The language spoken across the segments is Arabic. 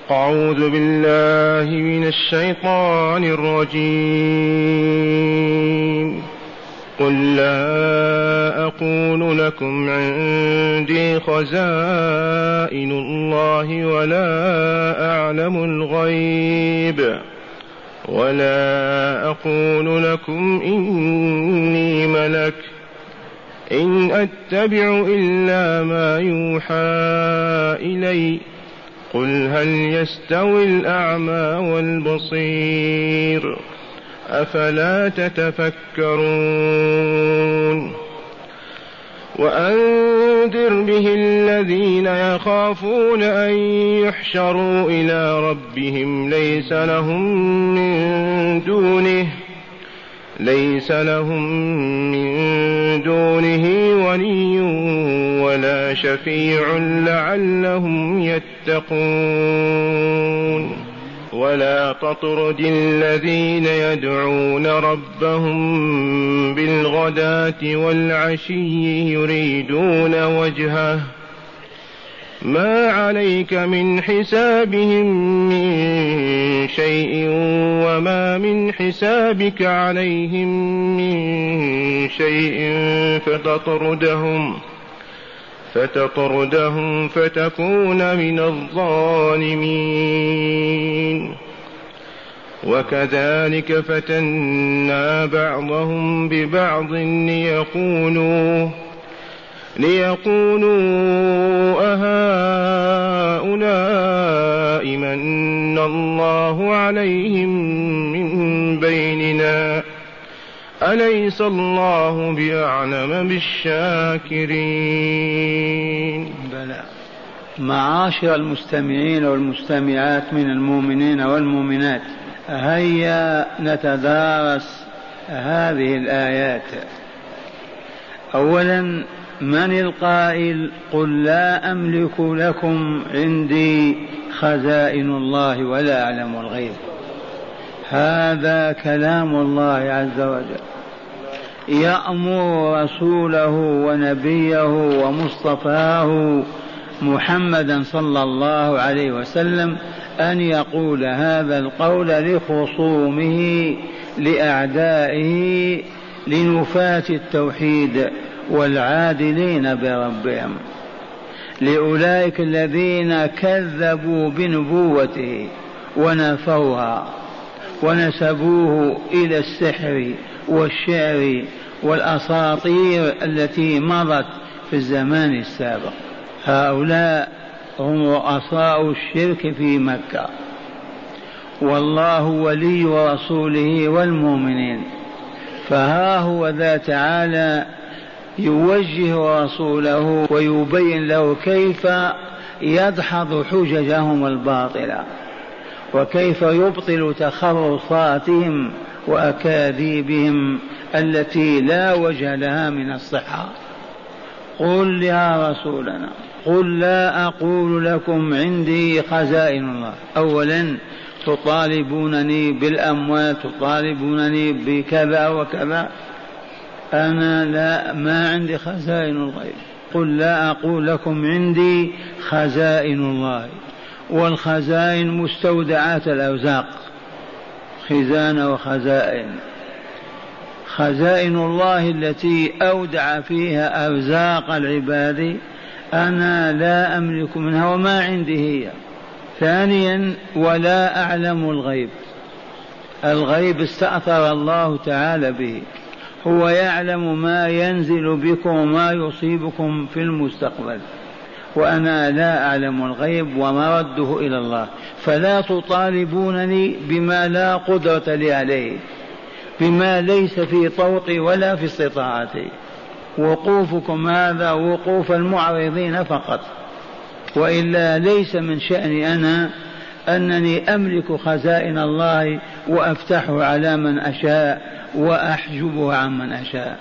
أعوذ بالله من الشيطان الرجيم. قل لا أقول لكم عندي خزائن الله ولا أقول لكم إني ملك إن أتبع إلا ما يوحى إلي قل هل يستوي الأعمى والبصير أفلا تتفكرون. وأنذر به الذين يخافون أن يحشروا إلى ربهم ليس لهم من دونه ولي ولا شفيع لعلهم يتقون. ولا تطرد الذين يدعون ربهم بالغداة والعشي يريدون وجهه ما عليك من حسابهم من شيء وما من حسابك عليهم من شيء فتطردهم فتكون من الظالمين. وكذلك فتنا بعضهم ببعض ليقولوا أهؤلاء من الله عليهم من بيننا أليس الله بأعلم بالشاكرين. بلى. معاشر المستمعين والمستمعات من المؤمنين والمؤمنات، هيا نتدارس هذه الآيات. أولا، من القائل قل لا أملك لكم عندي خزائن الله ولا أعلم الغيب؟ هذا كلام الله عز وجل يأمر رسوله ونبيه ومصطفاه محمدا صلى الله عليه وسلم أن يقول هذا القول لخصومه لأعدائه لنفاة التوحيد والعادلين بربهم، لأولئك الذين كذبوا بنبوته ونفوها ونسبوه إلى السحر والشعر والأساطير التي مضت في الزمان السابق. هؤلاء هم رؤساء الشرك في مكة، والله ولي رسوله والمؤمنين. فها هو ذا تعالى يوجه رسوله ويبين له كيف يدحض حججهم الباطلة وكيف يبطل تخرصاتهم وأكاذيبهم التي لا وجه لها من الصحة. قل يا رسولنا قل لا أقول لكم عندي خزائن الله. أولا تطالبونني بالأموال، تطالبونني بكذا وكذا، أنا ما عندي خزائن الغيب. قل لا أقول لكم عندي خزائن الله، والخزائن مستودعات الأرزاق، خزانة وخزائن. خزائن الله التي أودع فيها أرزاق العباد أنا لا أملك منها وما عندي هي. ثانيا ولا أعلم الغيب. الغيب استأثر الله تعالى به، هو يعلم ما ينزل بكم وما يصيبكم في المستقبل، وأنا لا أعلم الغيب ومرده إلى الله. فلا تطالبونني بما لا قدرة لي عليه، بما ليس في طوقي ولا في استطاعتي. وقوفكم هذا وقوف المعرضين فقط، وإلا ليس من شأني أنا أنني أملك خزائن الله وأفتحه على من أشاء وأحجبه عن من أشاء.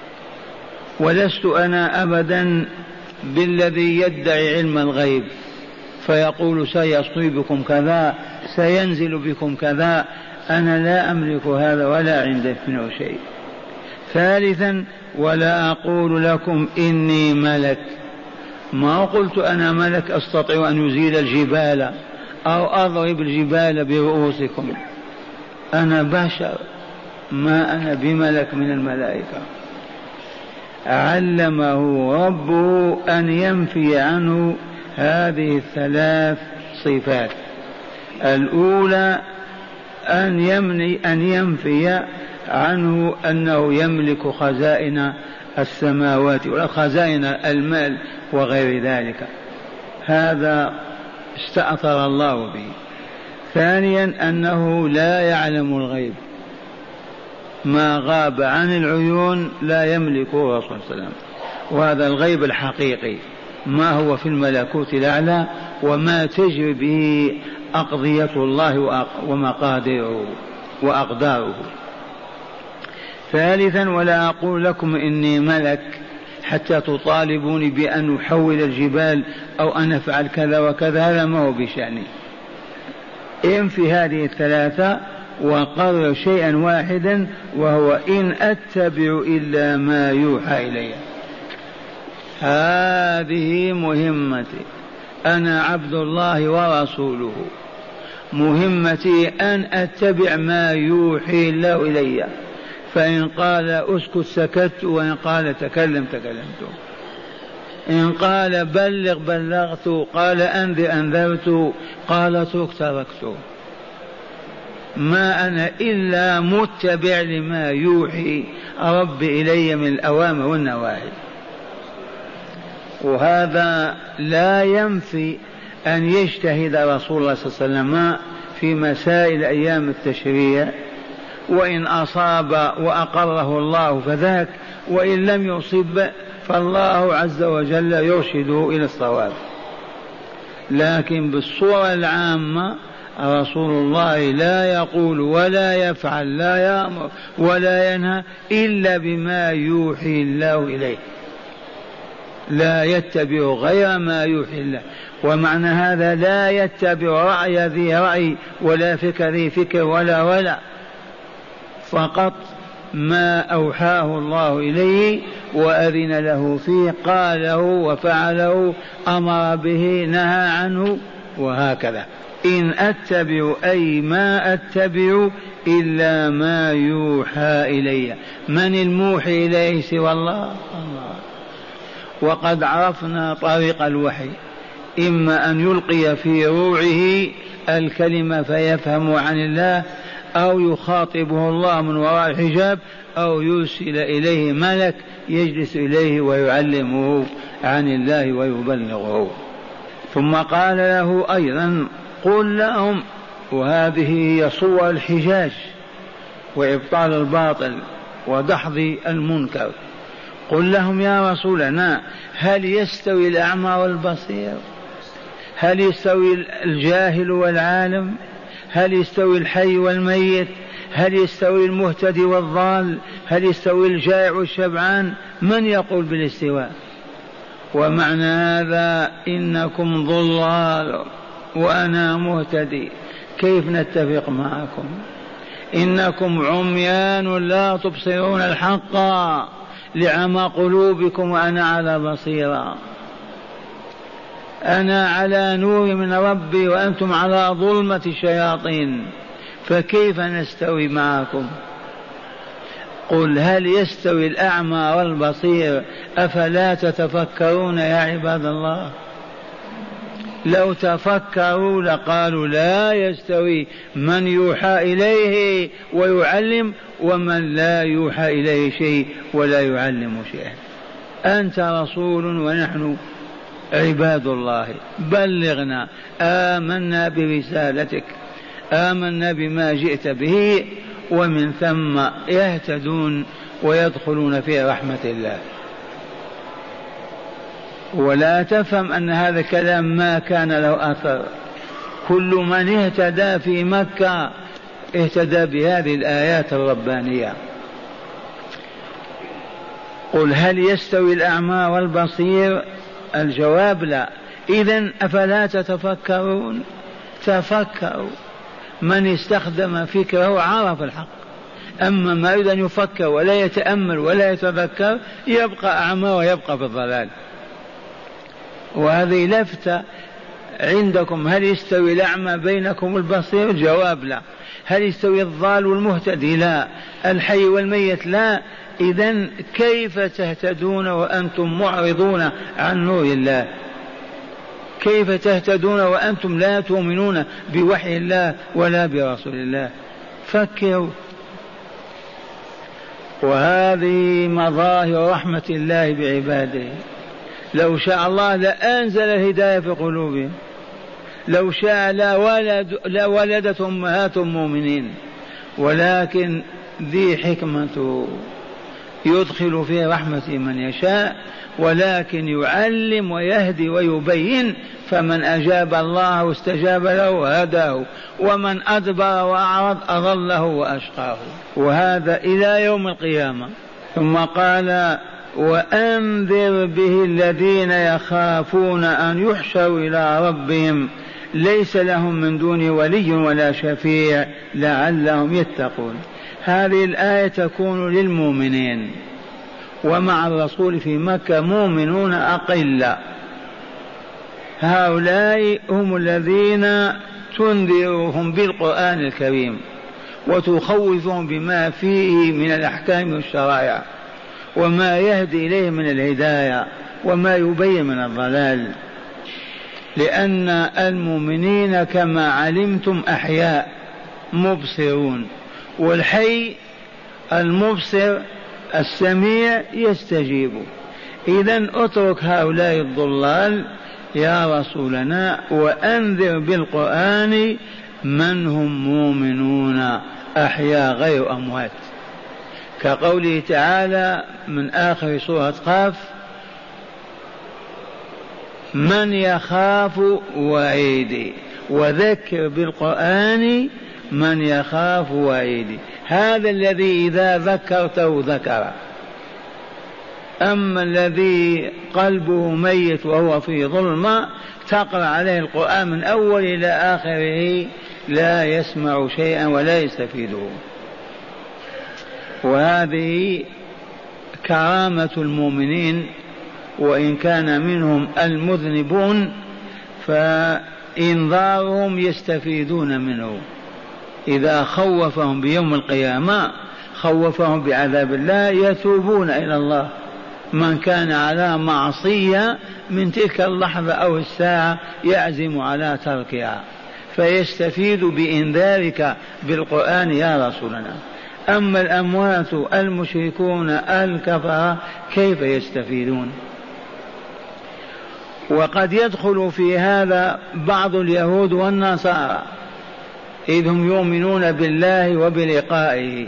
ولست أنا أبدا بالذي يدعي علم الغيب فيقول سيصيبكم كذا سينزل بكم كذا. أنا لا أملك هذا ولا عندي منه شيء. ثالثا ولا أقول لكم إني ملك. ما قلت أنا ملك أستطيع أن يزيل الجبال أو أضرب الجبال برؤوسكم، أنا بشر ما أنا بملك من الملائكة. علمه ربه أن ينفي عنه هذه الثلاث صفات. الأولى أن ينفي عنه أنه يملك خزائن السماوات وخزائن المال وغير ذلك، هذا استأثر الله به. ثانيا أنه لا يعلم الغيب، ما غاب عن العيون لا يملكه الرسول صلى الله عليه وسلم، وهذا الغيب الحقيقي ما هو في الملكوت الأعلى وما تجري به أقضية الله ومقاديره وأقداره. ثالثا ولا أقول لكم إني ملك حتى تطالبوني بأن أحول الجبال أو أن أفعل كذا وكذا، هذا ما هو بشأني. انفي هذه الثلاثة وقرر شيئا واحدا، وهو إن أتبع إلا ما يوحى إلي. هذه مهمتي، أنا عبد الله ورسوله، مهمتي أن أتبع ما يوحي الله إلي، فإن قال أسكت سكت، وإن قال تكلم تكلمت، إن قال بلغ بلغت، قال أنذر أنذرت، قال اترك تركت. ما أنا إلا متبع لما يوحي ربي إلي من الأوامر والنواهي. وهذا لا ينفي أن يجتهد رسول الله صلى الله عليه وسلم في مسائل أيام التشريع، وإن أصاب وأقره الله فذاك، وإن لم يصب فالله عز وجل يرشده إلى الصواب. لكن بالصورة العامة رسول الله لا يقول ولا يفعل، لا يأمر ولا ينهى إلا بما يوحي الله إليه، لا يتبع غير ما يوحي الله. ومعنى هذا لا يتبع رأي ذي رأي ولا فكر ذي فكر ولا فقط ما أوحاه الله إليه وأذن له فيه، قاله وفعله، أمر به نهى عنه، وهكذا. إن أتبع أي ما أتبع إلا ما يوحى إلي. من الموحي إليه سوى الله؟ الله. وقد عرفنا طريق الوحي، إما أن يلقي في روعه الكلمة فيفهم عن الله، أو يخاطبه الله من وراء الحجاب، أو يرسل إليه ملك يجلس إليه ويعلمه عن الله ويبلغه. ثم قال له أيضا قل لهم، وهذه هي صور الحجاج وإبطال الباطل ودحض المنكر، قل لهم يا رسولنا هل يستوي الأعمى والبصير؟ هل يستوي الجاهل والعالم؟ هل يستوي الحي والميت؟ هل يستوي المهتدي والضال؟ هل يستوي الجائع والشبعان؟ من يقول بالاستواء؟ ومعنى هذا إنكم ضلال وأنا مهتدي، كيف نتفق معكم؟ إنكم عميان لا تبصرون الحق لعمى قلوبكم وأنا على بصيرة، أنا على نور من ربي وأنتم على ظلمة الشياطين، فكيف نستوي معكم؟ قل هل يستوي الأعمى والبصير؟ أفلا تتفكرون يا عباد الله؟ لو تفكروا لقالوا لا يستوي من يوحى إليه ويعلم ومن لا يوحى إليه شيء ولا يعلم شيئا. أنت رسول ونحن عباد الله، بلغنا، آمنا برسالتك، آمنا بما جئت به، ومن ثم يهتدون ويدخلون في رحمة الله. ولا تفهم أن هذا الكلام ما كان له أثر، كل من اهتدى في مكة اهتدى بهذه الآيات الربانية. قل هل يستوي الأعمى والبصير؟ الجواب لا. إذن أفلا تتفكرون؟ تفكروا. من استخدم فكره عرف الحق، أما ما يريد أن يفكر ولا يتأمل ولا يتذكر يبقى أعمى ويبقى في الضلال. وهذه لفتة عندكم هل يستوي الأعمى بينكم البصير؟ جواب لا. هل يستوي الضال والمهتدي؟ لا. الحي والميت؟ لا. إذن كيف تهتدون وأنتم معرضون عن نور الله؟ كيف تهتدون وأنتم لا تؤمنون بوحي الله ولا برسول الله؟ فكروا. وهذه مظاهر رحمة الله بعباده. لو شاء الله لأنزل الهداية في قلوبهم، لو شاء لولدت أمهات مؤمنين، ولكن ذي حكمة يدخل في رحمة من يشاء، ولكن يعلم ويهدي ويبين. فمن أجاب الله واستجاب له هداه، ومن أدبر وأعرض أضله وأشقاه، وهذا إلى يوم القيامة. ثم قال وأنذر به الذين يخافون أن يحشروا إلى ربهم ليس لهم من دونه ولي ولا شفيع لعلهم يتقون. هذه الآية تكون للمؤمنين، ومع الرسول في مكة مؤمنون أقل. هؤلاء هم الذين تنذرهم بالقرآن الكريم وتخوفهم بما فيه من الأحكام والشرائع وما يهدي إليه من الهداية وما يبين من الضلال. لأن المؤمنين كما علمتم أحياء مبصرون، والحي المبصر السميع يستجيب. إذن اترك هؤلاء الضلال يا رسولنا وأنذر بالقرآن من هم مؤمنون أحياء غير أموات، كقوله تعالى من آخر سورة قاف من يخاف وعيدي، وذكر بالقرآن من يخاف وعيدي. هذا الذي إذا ذكرته ذكر. أما الذي قلبه ميت وهو في ظلمة تقرأ عليه القرآن من أول إلى آخره لا يسمع شيئا ولا يستفيده. وهذه كرامة المؤمنين، وإن كان منهم المذنبون فإنذارهم يستفيدون منه. إذا خوفهم بيوم القيامة خوفهم بعذاب الله يتوبون إلى الله. من كان على معصية من تلك اللحظة أو الساعة يعزم على تركها، فيستفيد بإنذارك بالقرآن يا رسولنا. أما الأموات المشركون الكفرة كيف يستفيدون؟ وقد يدخل في هذا بعض اليهود والنصارى إذ هم يؤمنون بالله وبلقائه.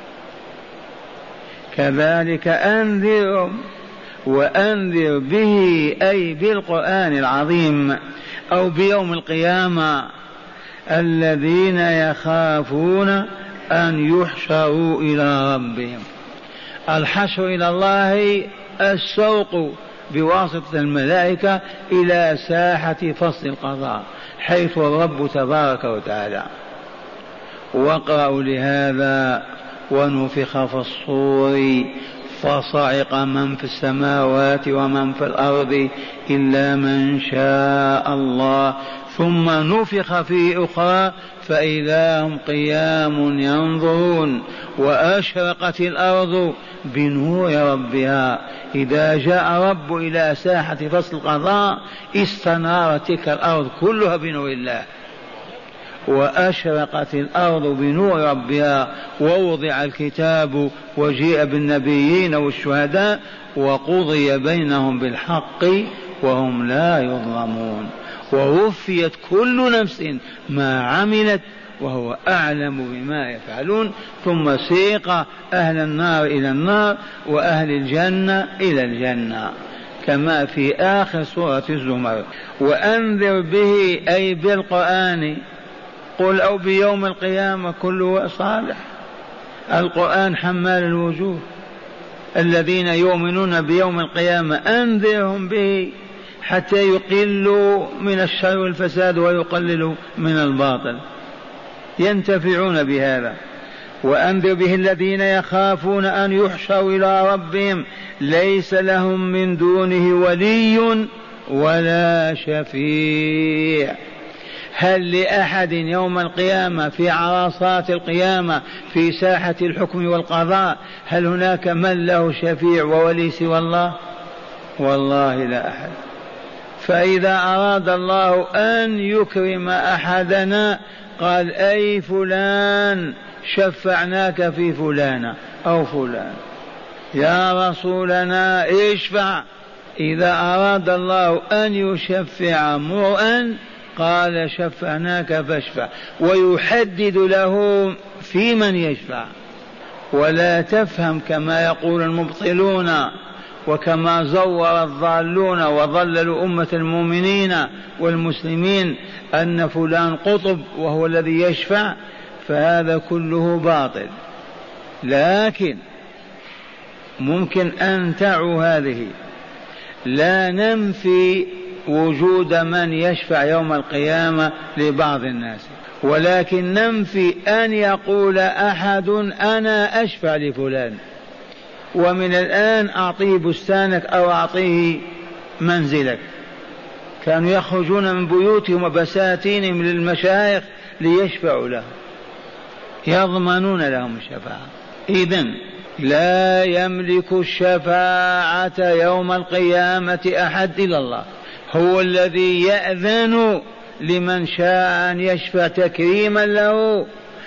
كذلك أنذرهم وأنذر به أي بالقرآن العظيم أو بيوم القيامة الذين يخافون أن يحشروا إلى ربهم. الحشر إلى الله السوق بواسطة الملائكة إلى ساحة فصل القضاء حيث الرب تبارك وتعالى. واقرأوا لهذا ونفخ في الصور فصعق من في السماوات ومن في الأرض إلا من شاء الله ثم نفخ في أخرى فإذا هم قيام ينظرون وأشرقت الأرض بنور ربها. إذا جاء رب إلى ساحة فصل القضاء استنارت تلك الأرض كلها بنور الله، وأشرقت الأرض بنور ربها، ووضع الكتاب وجيء بالنبيين والشهداء وقضي بينهم بالحق وهم لا يظلمون، ووفيت كل نفس ما عملت وهو أعلم بما يفعلون. ثم سيق أهل النار إلى النار وأهل الجنة إلى الجنة كما في آخر سورة الزمر. وأنذر به أي بالقرآن، قل أو بيوم القيامة كله صالح. القرآن حمال الوجوه. الذين يؤمنون بيوم القيامة أنذرهم به حتى يقلوا من الشر والفساد ويقللوا من الباطل، ينتفعون بهذا. وأنذر به الذين يخافون أن يحشروا إلى ربهم ليس لهم من دونه ولي ولا شفيع. هل لأحد يوم القيامة في عرصات القيامة في ساحة الحكم والقضاء هل هناك من له شفيع وولي سوى الله؟ والله لا أحد. فإذا أراد الله أن يكرم أحدنا قال أي فلان شفعناك في فلانة أو فلان، يا رسولنا اشفع. إذا أراد الله أن يشفع امرؤا قال شفعناك فاشفع، ويحدد له في من يشفع. ولا تفهم كما يقول المبطلون وكما زور الضالون وضللوا أمة المؤمنين والمسلمين أن فلان قطب وهو الذي يشفع، فهذا كله باطل. لكن ممكن أن تعو هذه، لا ننفي وجود من يشفع يوم القيامة لبعض الناس، ولكن ننفي أن يقول أحد أنا أشفع لفلان ومن الآن أعطيه بستانك أو أعطيه منزلك. كانوا يخرجون من بيوتهم وبساتينهم للمشايخ ليشفعوا له، يضمنون لهم الشفاعة. إذن لا يملك الشفاعة يوم القيامة أحد إلا الله، هو الذي يأذن لمن شاء أن يشفع تكريما له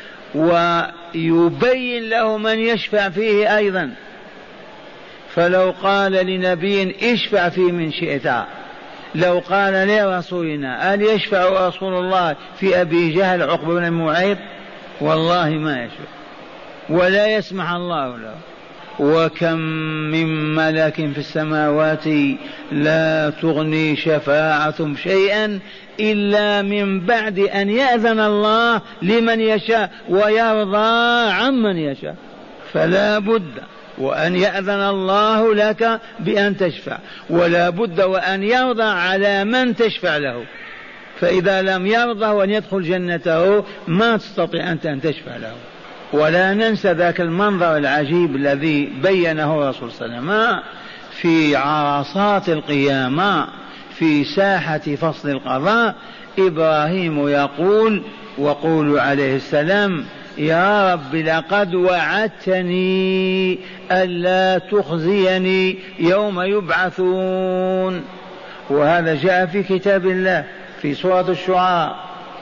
ويبين له من يشفع فيه أيضا. فلو قال لنبي اشفع في من شئت، لو قال لرسولنا هل يشفع رسول الله في أبي جهل عقبة بن معيط؟ والله ما يشفع ولا يسمح الله له. وكم من ملك في السماوات لا تغني شفاعتهم شيئا إلا من بعد أن يأذن الله لمن يشاء ويرضى عمن يشاء. فلا بد وأن يأذن الله لك بأن تشفع، ولا بد وأن يرضى على من تشفع له. فإذا لم يرضى وأن يدخل جنته ما تستطيع أنت أن تشفع له. ولا ننسى ذاك المنظر العجيب الذي بينه الرسول صلى الله عليه وسلم في عرصات القيامة في ساحة فصل القضاء. إبراهيم يقول وقول عليه السلام يا رب لقد وعدتني ألا تخزيني يوم يبعثون. وهذا جاء في كتاب الله في سورة الشعراء،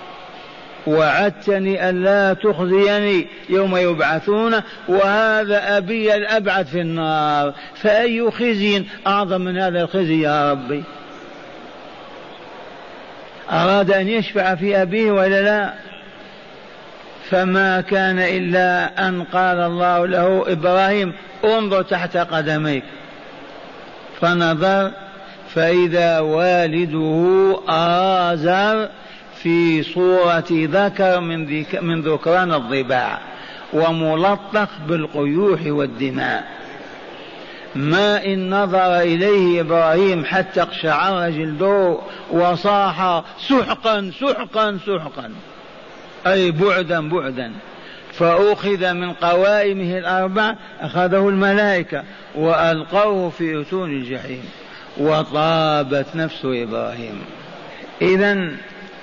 وعدتني ألا تخزيني يوم يبعثون وهذا أبي الأبعد في النار، فأي خزي أعظم من هذا الخزي يا ربي؟ أراد أن يشفع في أبيه ولا لا؟ فما كان إلا أن قال الله له إبراهيم انظر تحت قدميك، فنظر فإذا والده آزر في صورة ذكر من ذكران الضباع وملطخ بالقيوح والدماء. ما إن نظر إليه إبراهيم حتى اقشعر جلده وصاح سحقا سحقا سحقا، أي بعدا بعدا. فأخذ من قوائمه الأربع، أخذه الملائكة وألقوه في أتون الجحيم وطابت نفس إبراهيم. إذن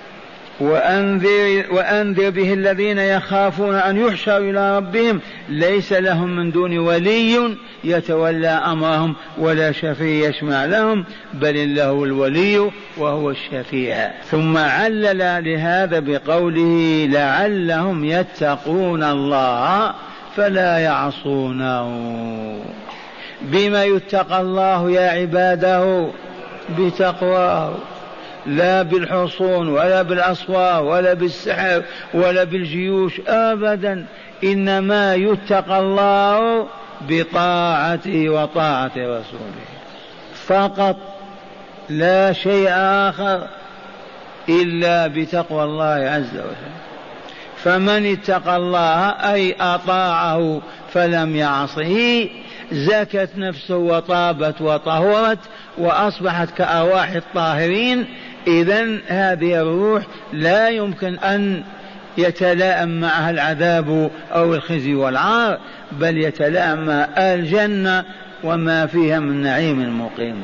وأنذر به الذين يخافون أن يحشروا إلى ربهم ليس لهم من دون ولي يتولى أمرهم ولا شفيع يشمع لهم، بل الله الولي وهو الشفيع. ثم علل لهذا بقوله لعلهم يتقون الله فلا يعصونه. بما يتقى الله يا عباده؟ بتقواه، لا بالحصون ولا بالأصوات ولا بالسحر ولا بالجيوش أبدا، إنما يتقى الله بطاعته وطاعة رسوله فقط، لا شيء آخر إلا بتقوى الله عز وجل. فمن اتقى الله أي أطاعه فلم يعصه زكت نفسه وطابت وطهرت وأصبحت كأرواح الطاهرين. إذن هذه الروح لا يمكن أن يتلائم معها العذاب أو الخزي والعار، بل يتلائم مع الجنة وما فيها من نعيم مقيم.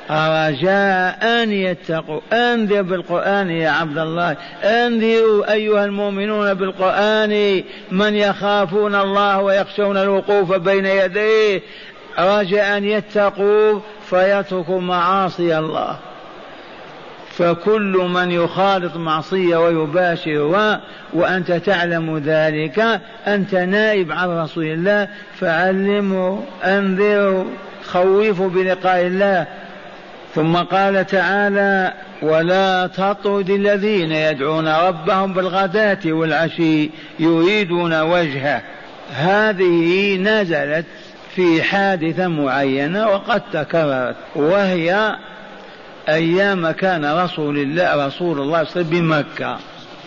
رجاء أن يتقوا. أنذر بالقرآن يا عبد الله، أنذروا أيها المؤمنون بالقرآن من يخافون الله ويخشون الوقوف بين يديه، رجاء أن يتقوا فيتركوا معاصي الله. فكل من يخالط معصية ويباشر وأنت تعلم ذلك، أنت نائب عن رسول الله، فعلموا أنذروا خوفوا بلقاء الله. ثم قال تعالى: ولا تطرد الذين يدعون ربهم بالغداة والعشي يريدون وجهه. هذه نزلت في حادثة معينة وقد تكررت، وهي أيام كان رسول الله صلى الله عليه وسلم بمكة،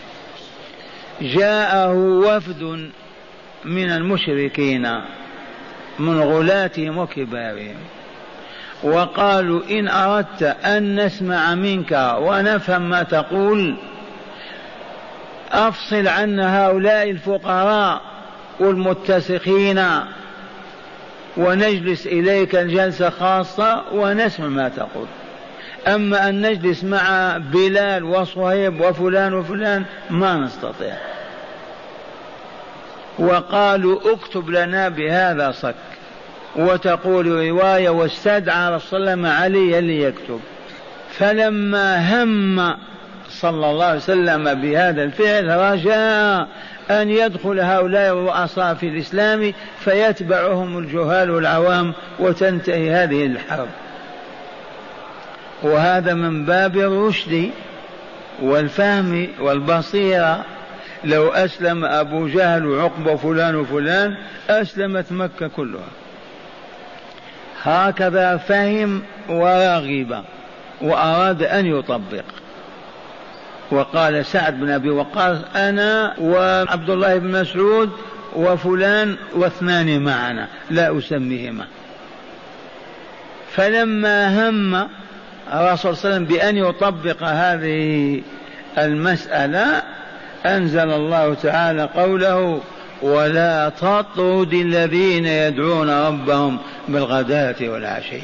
جاءه وفد من المشركين من غلاتهم وكبارهم، وقالوا: إن أردت أن نسمع منك ونفهم ما تقول أفصل عنا هؤلاء الفقراء والمتسخين ونجلس إليك الجلسة خاصة ونسمع ما تقول، أما أن نجلس مع بلال وصهيب وفلان وفلان ما نستطيع. وقالوا: اكتب لنا بهذا صك، وتقول رواية: واستدعى رسول الله علي اللي يكتب. فلما هم صلى الله عليه وسلم بهذا الفعل رجاء أن يدخل هؤلاء الرؤساء في الإسلام فيتبعهم الجهال والعوام وتنتهي هذه الحرب. وهذا من باب الرشد والفهم والبصيرة. لو أسلم أبو جهل وعقبة وفلان وفلان أسلمت مكة كلها. هكذا فهم ورغب وأراد أن يطبق. وقال سعد بن أبي وقاص: أنا وعبد الله بن مسعود وفلان واثنان معنا لا أسميهما. فلما هم الرسول صلى الله عليه وسلم بأن يطبق هذه المسألة أنزل الله تعالى قوله: ولا تطرد الذين يدعون ربهم بالغداة والعشي.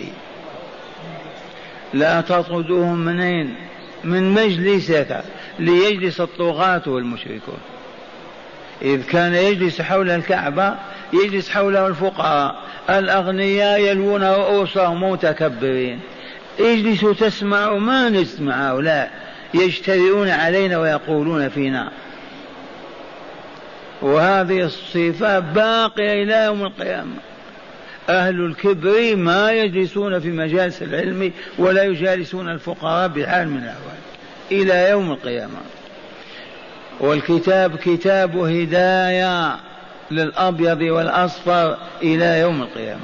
لا تطردوهم منين؟ من مجلسك، ليجلس الطغاة والمشركون. إذ كان يجلس حول الكعبة يجلس حوله الفقراء الأغنياء يلوون رؤوسهم متكبرين، اجلسوا تسمعوا، ما نسمع هؤلاء يجترئون علينا ويقولون فينا. وهذه الصفة باقية إلى يوم القيامة. أهل الكبر ما يجلسون في مجالس العلم ولا يجالسون الفقراء بحال من الأحوال إلى يوم القيامة. والكتاب كتاب هداية للأبيض والأصفر إلى يوم القيامة.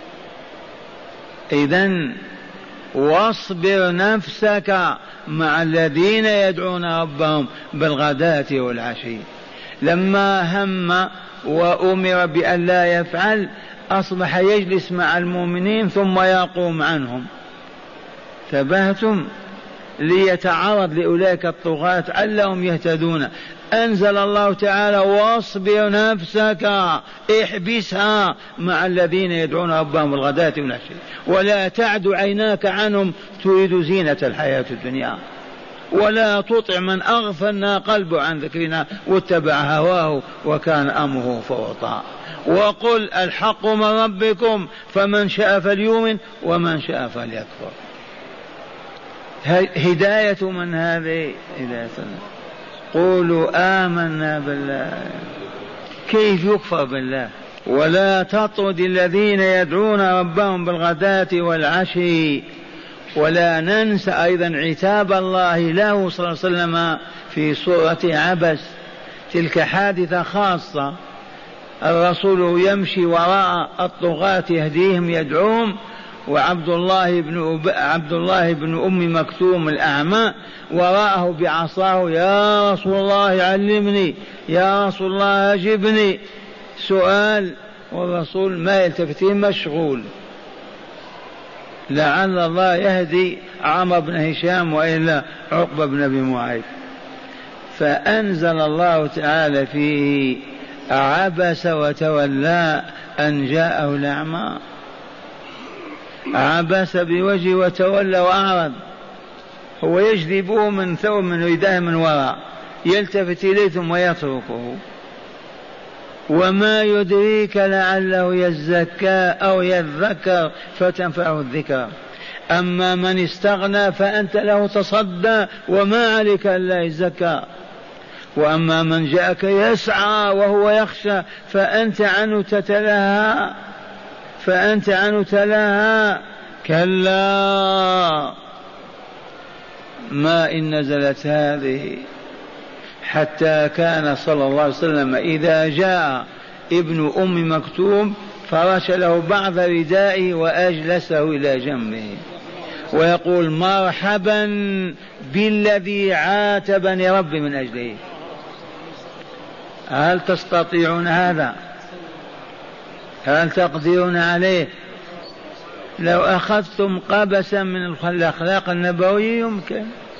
إذن واصبر نفسك مع الذين يدعون ربهم بالغداة والعشي. لما هم وأمر بأن لا يفعل أصبح يجلس مع المؤمنين ثم يقوم عنهم. تبهتم ليتعرض لأولئك الطغاة علهم يهتدون. أنزل الله تعالى: واصبر نفسك، احبسها مع الذين يدعون ربهم بالغداة والعشي ولا تعد عيناك عنهم تريد زينة الحياة الدنيا ولا تطع من أغفلنا قلبه عن ذكرنا واتبع هواه وكان أمره فرطا. وقل الحق من ربكم فمن شاء فليؤمن ومن شاء فليكفر. هداية من هذه هداية. قولوا آمنا بالله. كيف يكفر بالله؟ ولا تطرد الذين يدعون ربهم بالغداة والعشي. ولا ننسى أيضا عتاب الله له صلى الله عليه وسلم في سورة عبس. تلك حادثة خاصة، الرسول يمشي وراء الطغاة يهديهم يدعوهم، وعبد الله بن أم مكتوم الأعمى وراءه بعصاه: يا رسول الله علمني، يا رسول الله أجبني. سؤال والرسول ما يلتفت، مشغول. لعل الله يهدي عمرو بن هشام وإلا عقبة بن أبي معيط. فأنزل الله تعالى فيه: عبس وتولى أن جاءه الأعمى. عبس بوجهه وتولى وأعرض، هو يجذبه من ثوب من رداه من وراء، يلتفت إليه ثم يتركه. وما يدريك لعله يزكى أو يذكر فتنفعه الذكر. أما من استغنى فأنت له تصدى وما عليك ألا يزكى. وأما من جاءك يسعى وهو يخشى فأنت عنه تلاها كلا ما إن نزلت هذه حتى كان صلى الله عليه وسلم إذا جاء ابن أم مكتوم فرش له بعض ردائه وأجلسه إلى جنبه ويقول مرحبا بالذي عاتبني ربي من أجله. هل تستطيعون هذا؟ هل تقدرون عليه؟ لو أخذتم قبسا من الأخلاق النبوية يمكن.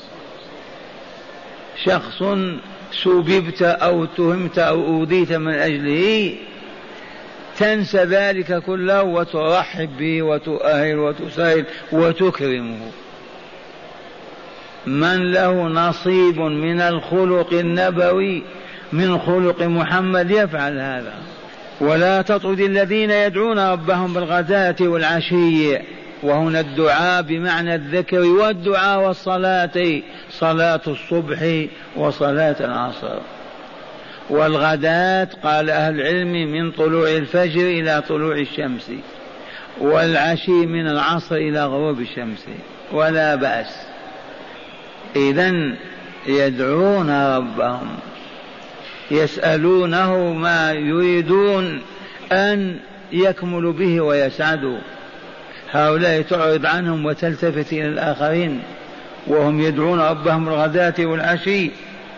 شخص سببت أو اتهمت أو أوذيت من أجله تنسى ذلك كله وترحب به وتؤهل وتسهل وتكرمه. من له نصيب من الخلق النبوي من خلق محمد يفعل هذا. ولا تطرد الذين يدعون ربهم بالغداة والعشي، وهنا الدعاء بمعنى الذكر والدعاء والصلاة، صلاة الصبح وصلاة العصر. والغداة قال أهل العلم من طلوع الفجر إلى طلوع الشمس، والعشي من العصر إلى غروب الشمس، ولا بأس. إذن يدعون ربهم يسألونه ما يريدون أن يكملوا به ويسعدوا. هؤلاء تعرض عنهم وتلتفت إلى الآخرين وهم يدعون ربهم بالغداة والعشي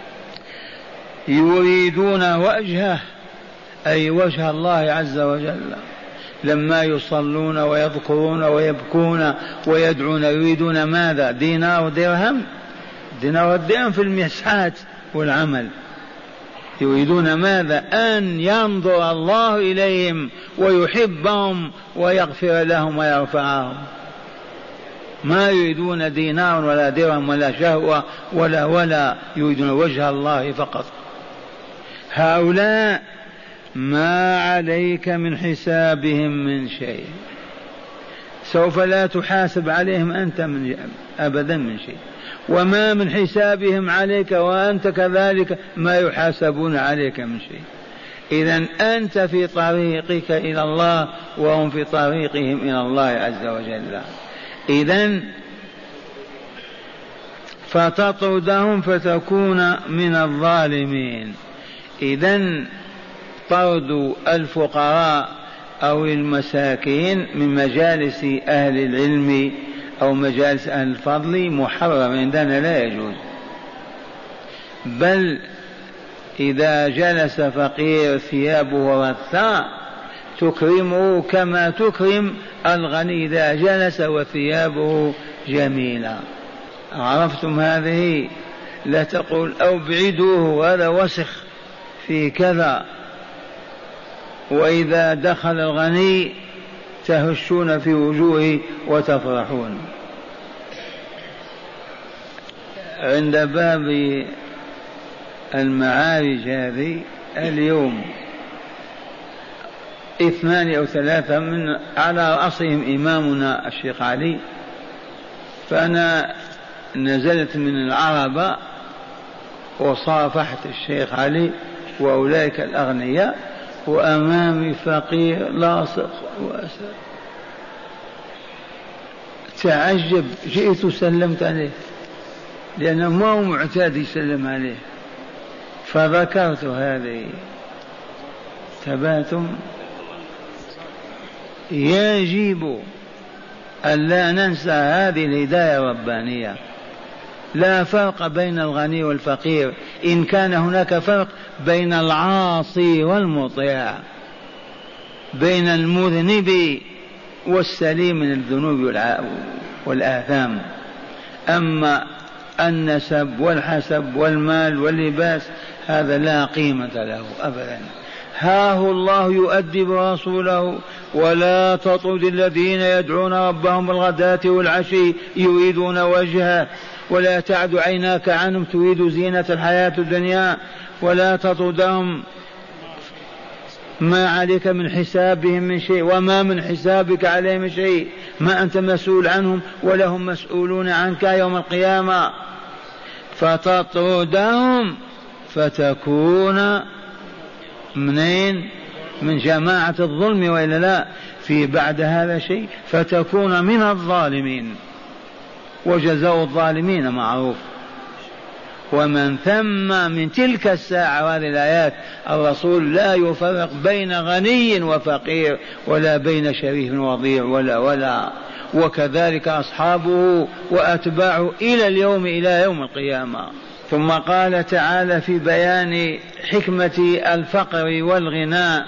يريدون وجهه، أي وجه الله عز وجل. لما يصلون ويذكرون ويبكون ويدعون يريدون ماذا؟ دينار ودرهم، دينار ودرهم في المسحات والعمل. يريدون ماذا؟ أن ينظر الله إليهم ويحبهم ويغفر لهم ويرفعهم. ما يريدون دينار ولا درهم ولا شهوة ولا يريدون وجه الله فقط. هؤلاء ما عليك من حسابهم من شيء، سوف لا تحاسب عليهم أنت أبدا من شيء، وما من حسابهم عليك وأنت كذلك ما يحاسبون عليك من شيء. إذن أنت في طريقك إلى الله وهم في طريقهم إلى الله عز وجل. إذن فتطردهم فتكون من الظالمين. إذن طرد الفقراء أو المساكين من مجالس أهل العلم أو مجالس أهل الفضل محرم عندنا، لا يجوز. بل إذا جلس فقير ثيابه رثاء تكرمه كما تكرم الغني إذا جلس وثيابه جميلة. عرفتم هذه؟ لا تقول أبعدوه هذا وسخ في كذا، وإذا دخل الغني تهشون في وجوهه وتفرحون. عند باب المعارج هذه اليوم 2 أو 3 من على رأسهم إمامنا الشيخ علي، فأنا نزلت من العربة وصافحت الشيخ علي وأولئك الأغنياء، وأمامي فقير لاصق وأسر. تعجب، جئت سلمت عليه لأنه ما هو معتاد يسلم عليه، فذكرت هذه. تباتم يجب أن لا ننسى هذه الهداية الربانية. لا فرق بين الغني والفقير، إن كان هناك فرق بين العاصي والمطيع، بين المذنب والسليم من الذنوب والآثام. أما النسب والحسب والمال واللباس هذا لا قيمة له أبدا. ها هو الله يؤدب رسوله: ولا تطرد الذين يدعون ربهم بالغداة والعشي يريدون وجهه ولا تعد عيناك عنهم تريد زينة الحياة الدنيا ولا تطردهم، ما عليك من حسابهم من شيء وما من حسابك عليهم من شيء، ما أنت مسؤول عنهم ولا هم مسؤولون عنك يوم القيامة. فتطردهم فتكون منين؟ من جماعة الظلم وإلا لا؟ في بعد هذا شيء، فتكون من الظالمين، وجزاء الظالمين معروف. ومن ثم من تلك الساعة وهذه الآيات الرسول لا يفرق بين غني وفقير ولا بين شريف وضيع ولا وكذلك أصحابه وأتباعه إلى اليوم، إلى يوم القيامة. ثم قال تعالى في بيان حكمة الفقر والغناء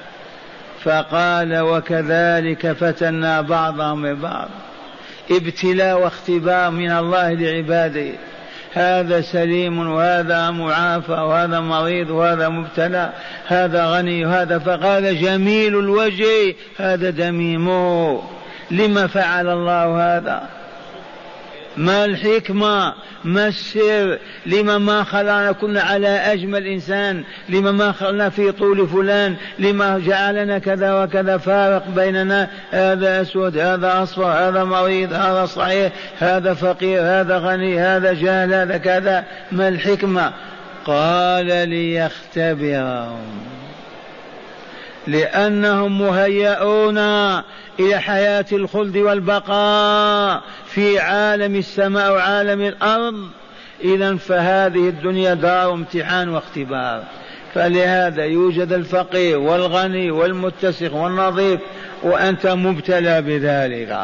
فقال: وكذلك فتنا بعضهم ببعض، ابتلاء واختبار من الله لعباده، هذا سليم وهذا معافى وهذا مريض وهذا مبتلى، هذا غني وهذا فقال جميل الوجه هذا دميمه. لما فعل الله هذا؟ ما الحكمة؟ ما السر؟ لما ما خلقنا كنا على أجمل إنسان؟ لما ما خلقنا في طول فلان؟ لما جعلنا كذا وكذا فارق بيننا؟ هذا أسود هذا أصفر، هذا مريض هذا صحيح، هذا فقير هذا غني، هذا جاهل هذا كذا. ما الحكمة؟ قال ليختبرهم، لأنهم مهيئون إلى حياة الخلد والبقاء في عالم السماء وعالم الأرض. إذن فهذه الدنيا دار امتحان واختبار، فلهذا يوجد الفقير والغني والمتسخ والنظيف وأنت مبتلى بذلك.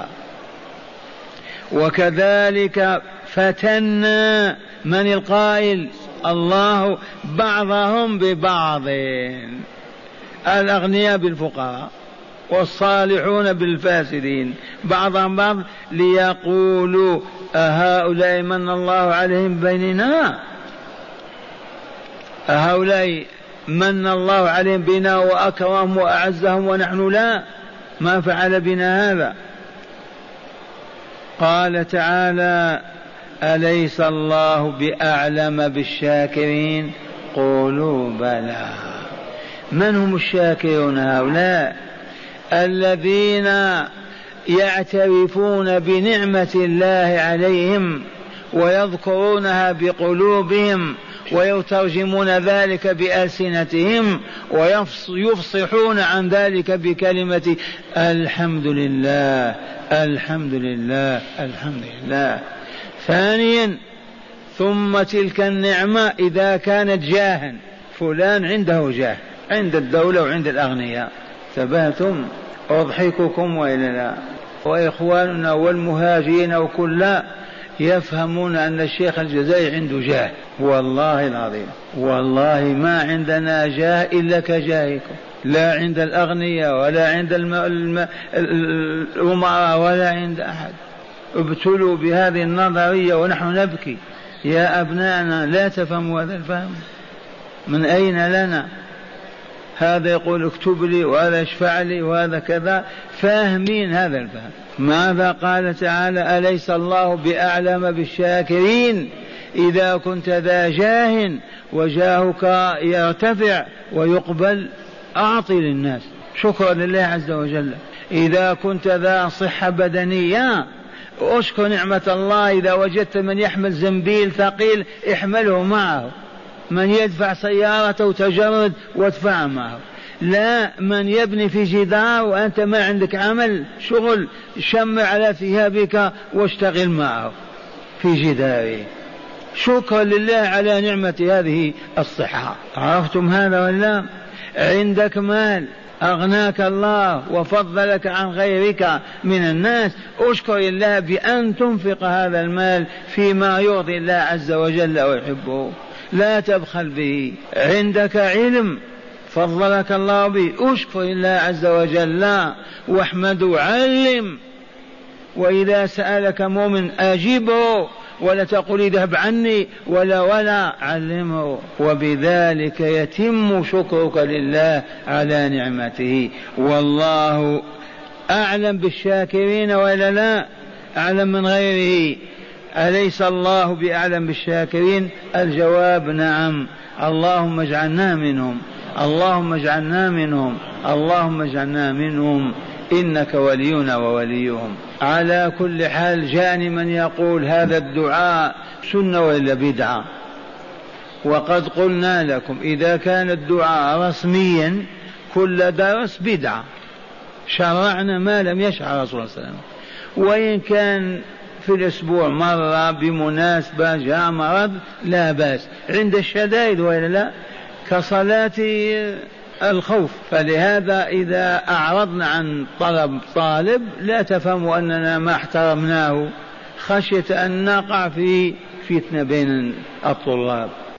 وكذلك فتنا من القائل؟ الله، بعضهم ببعض، الأغنياء بالفقراء والصالحون بالفاسدين، بعضهم بعض، ليقولوا أهؤلاء من الله عليهم بيننا؟ أهؤلاء من الله عليهم بنا وأكرمهم وأعزهم ونحن لا؟ ما فعل بنا هذا؟ قال تعالى: أليس الله بأعلم بالشاكرين؟ قولوا بلى. من هم الشاكرون؟ هؤلاء الذين يعترفون بنعمة الله عليهم ويذكرونها بقلوبهم ويترجمون ذلك بألسنتهم ويفصحون عن ذلك بكلمة الحمد لله الحمد لله الحمد لله. ثانيا: ثم تلك النعمة إذا كانت جاها، فلان عنده جاه عند الدولة وعند الأغنياء، ثباتم أضحككم وإلا لا؟ وإخواننا والمهاجرين وكل يفهمون أن الشيخ الجزائري عنده جاه. والله العظيم والله ما عندنا جاه إلا كجاهكم، لا عند الأغنياء ولا عند الأمراء ولا عند أحد. ابتلوا بهذه النظرية ونحن نبكي. يا أبنائنا لا تفهموا هذا الفهم، من أين لنا؟ هذا يقول اكتب لي وهذا اشفع لي وهذا كذا، فاهمين هذا الفهم. ماذا قال تعالى؟ أليس الله بأعلم بالشاكرين؟ إذا كنت ذا جاه وجاهك يرتفع ويقبل أعطي للناس شكرا لله عز وجل. إذا كنت ذا صحة بدنية أشكر نعمة الله. إذا وجدت من يحمل زنبيل ثقيل احمله معه، من يدفع سيارته تجرد وادفع معه. لا من يبني في جدار وأنت ما عندك عمل شغل، شمع على ثيابك واشتغل معه في جداره شكرا لله على نعمة هذه الصحة. عرفتم هذا ولا؟ عندك مال أغناك الله وفضلك عن غيرك من الناس، أشكر الله بأن تنفق هذا المال فيما يرضي الله عز وجل ويحبه، لا تبخل به. عندك علم فضلك الله به، أشكر الله عز وجل واحمده، علم. وإذا سألك مؤمن أجبه ولا تقول اذهب عني ولا علمه. وبذلك يتم شكرك لله على نعمته. والله أعلم بالشاكرين ولا لا؟ أعلم من غيره. أليس الله بأعلم بالشاكرين؟ الجواب نعم. اللهم اجعلنا منهم، اللهم اجعلنا منهم، اللهم اجعلنا منهم، إنك ولينا ووليهم. على كل حال جاءني من يقول هذا الدعاء سنة ولا بدعة، وقد قلنا لكم إذا كان الدعاء رسميا كل درس بدعة، شرعنا ما لم يشرع رسول الله صلى الله عليه وسلم. وإن كان في الأسبوع مرة بمناسبة جاء مرض لا بأس عند الشدائد وإلا لا، كصلاة الخوف. فلهذا إذا أعرضنا عن طلب طالب لا تفهموا أننا ما احترمناه خشية أن نقع في فتنة بين الطلاب.